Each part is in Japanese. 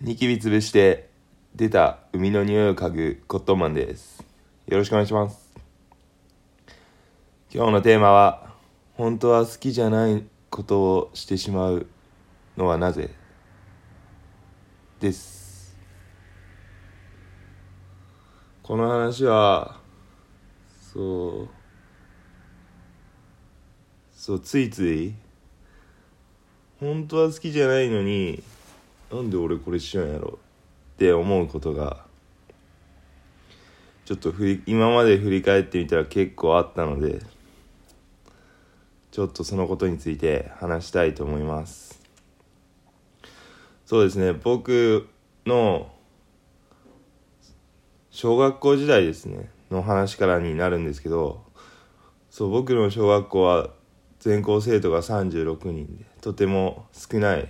ニキビ潰して出た海の匂いを嗅ぐコットンマンです。よろしくお願いします。今日のテーマは、本当は好きじゃないことをしてしまうのはなぜです。この話はついつい本当は好きじゃないのになんで俺これしちゃうんやろって思うことがちょっと今まで振り返ってみたら結構あったので、ちょっとそのことについて話したいと思います。そうですね、僕の小学校時代ですねの話からになるんですけど、僕の小学校は全校生徒が36人でとても少ない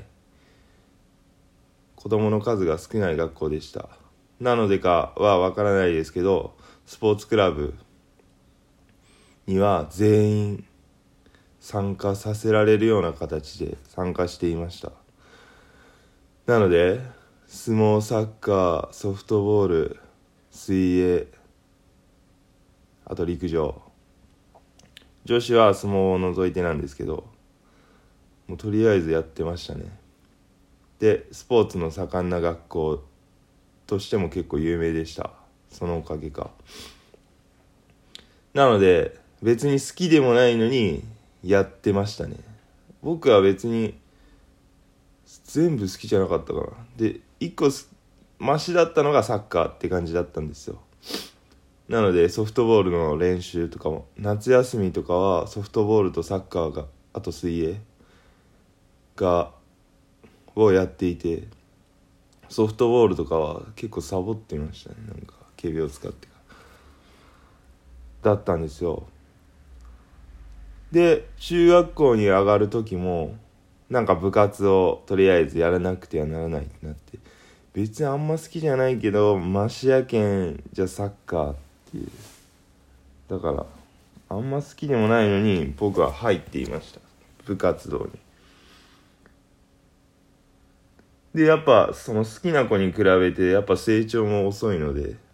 子供の数が少ない学校でした。なのでかはわからないですけど、スポーツクラブには全員参加させられるような形で参加していました。なので相撲、サッカー、ソフトボール、水泳、あと陸上、女子は相撲を除いてなんですけど、もうとりあえずやってましたね。でスポーツの盛んな学校としても結構有名でした。そのおかげか。なので別に好きでもないのにやってましたね。僕は別に全部好きじゃなかったかな。で一個マシだったのがサッカーって感じだったんですよ。なのでソフトボールの練習とかも夏休みとかはソフトボールとサッカーが、あと水泳をやっていて、ソフトボールとかは結構サボってましたね。なんか警備を使ってだったんですよ。で中学校に上がる時もなんか部活をとりあえずやらなくてはならないってなって、別にあんま好きじゃないけどマシやけんじゃサッカーっていう、だからあんま好きでもないのに僕は入っていました、部活動に。でやっぱその好きな子に比べてやっぱ成長も遅いので、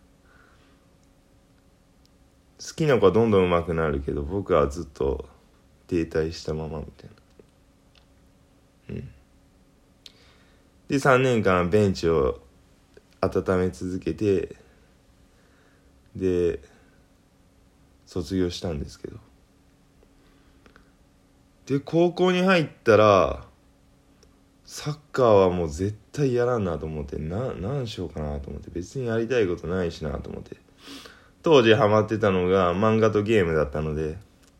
好きな子はどんどん上手くなるけど僕はずっと停滞したままみたいな。で3年間ベンチを温め続けて、で卒業したんですけど、で高校に入ったらサッカーはもう絶対やらんなと思って、何しようかなと思って、別にやりたいことないしなと思って、当時ハマってたのが漫画とゲームだったので、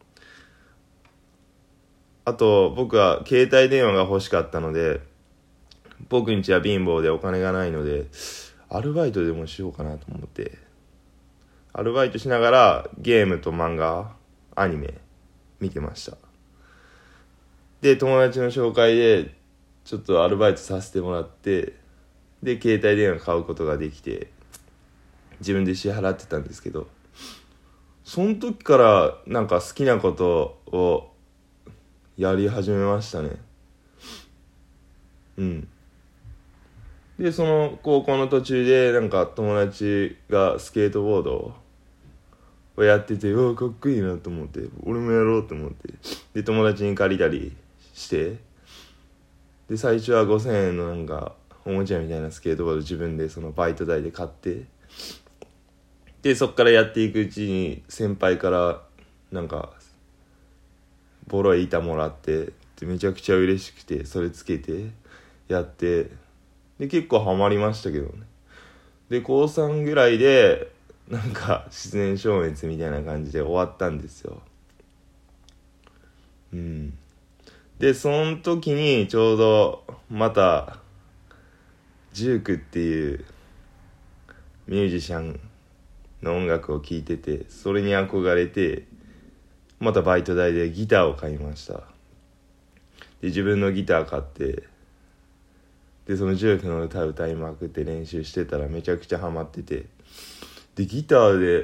あと僕は携帯電話が欲しかったので、僕ん家は貧乏でお金がないのでアルバイトでもしようかなと思って、アルバイトしながらゲームと漫画、アニメ見てました。で友達の紹介でちょっとアルバイトさせてもらって、で携帯電話買うことができて自分で支払ってたんですけど、その時からなんか好きなことをやり始めましたね。でその高校の途中でなんか友達がスケートボードをやってて、かっこいいなと思って、俺もやろうと思って、で友達に借りたりして、で最初は5000円のなんかおもちゃみたいなスケートボード自分でそのバイト代で買って、でそっからやっていくうちに先輩からなんかボロい板もらって、でめちゃくちゃ嬉しくてそれつけてやって、で結構ハマりましたけどね。で高3ぐらいでなんか自然消滅みたいな感じで終わったんですよ。でその時にちょうどまたジュークっていうミュージシャンの音楽を聴いてて、それに憧れてまたバイト代でギターを買いました。で自分のギター買って、でそのジュークの歌歌いまくって練習してたらめちゃくちゃハマってて、でギター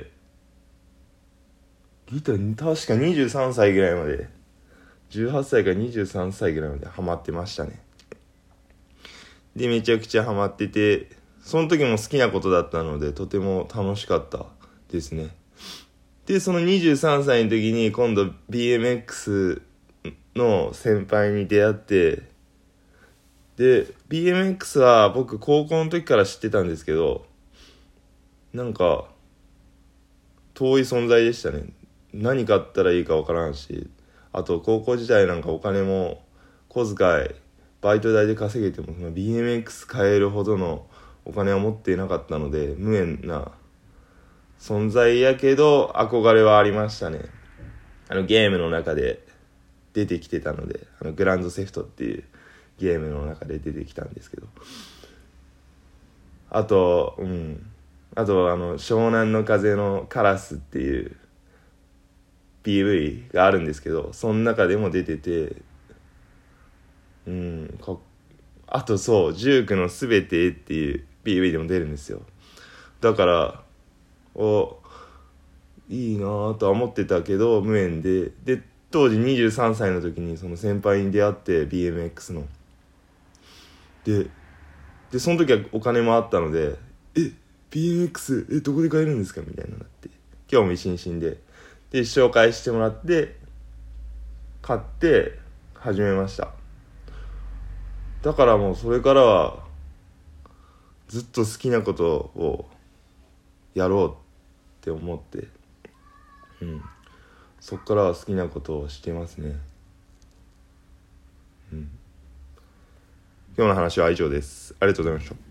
確か23歳ぐらいまで、18歳から23歳ぐらいまでハマってましたね。 でめちゃくちゃハマってて、その時も好きなことだったのでとても楽しかったですね。でその23歳の時に今度 BMX の先輩に出会って、で BMX は僕高校の時から知ってたんですけど、なんか遠い存在でしたね。何買ったらいいか分からんし、あと高校時代なんかお金も小遣いバイト代で稼げてもその BMX 買えるほどのお金は持っていなかったので、無縁な存在やけど憧れはありましたね。ゲームの中で出てきてたので、グランドセフトっていうゲームの中で出てきたんですけど、あと湘南の風のカラスっていう PV があるんですけど、その中でも出てて、あとそうジュークのすべてっていう PV でも出るんですよ。だからいいなぁとは思ってたけど無縁で、当時23歳の時にその先輩に出会って BMX のでその時はお金もあったので、BMX どこで買えるんですかみたいになって、興味津々で紹介してもらって買って始めました。だからもうそれからはずっと好きなことをやろうって思って、そっからは好きなことをしてますね。今日の話は以上です。ありがとうございました。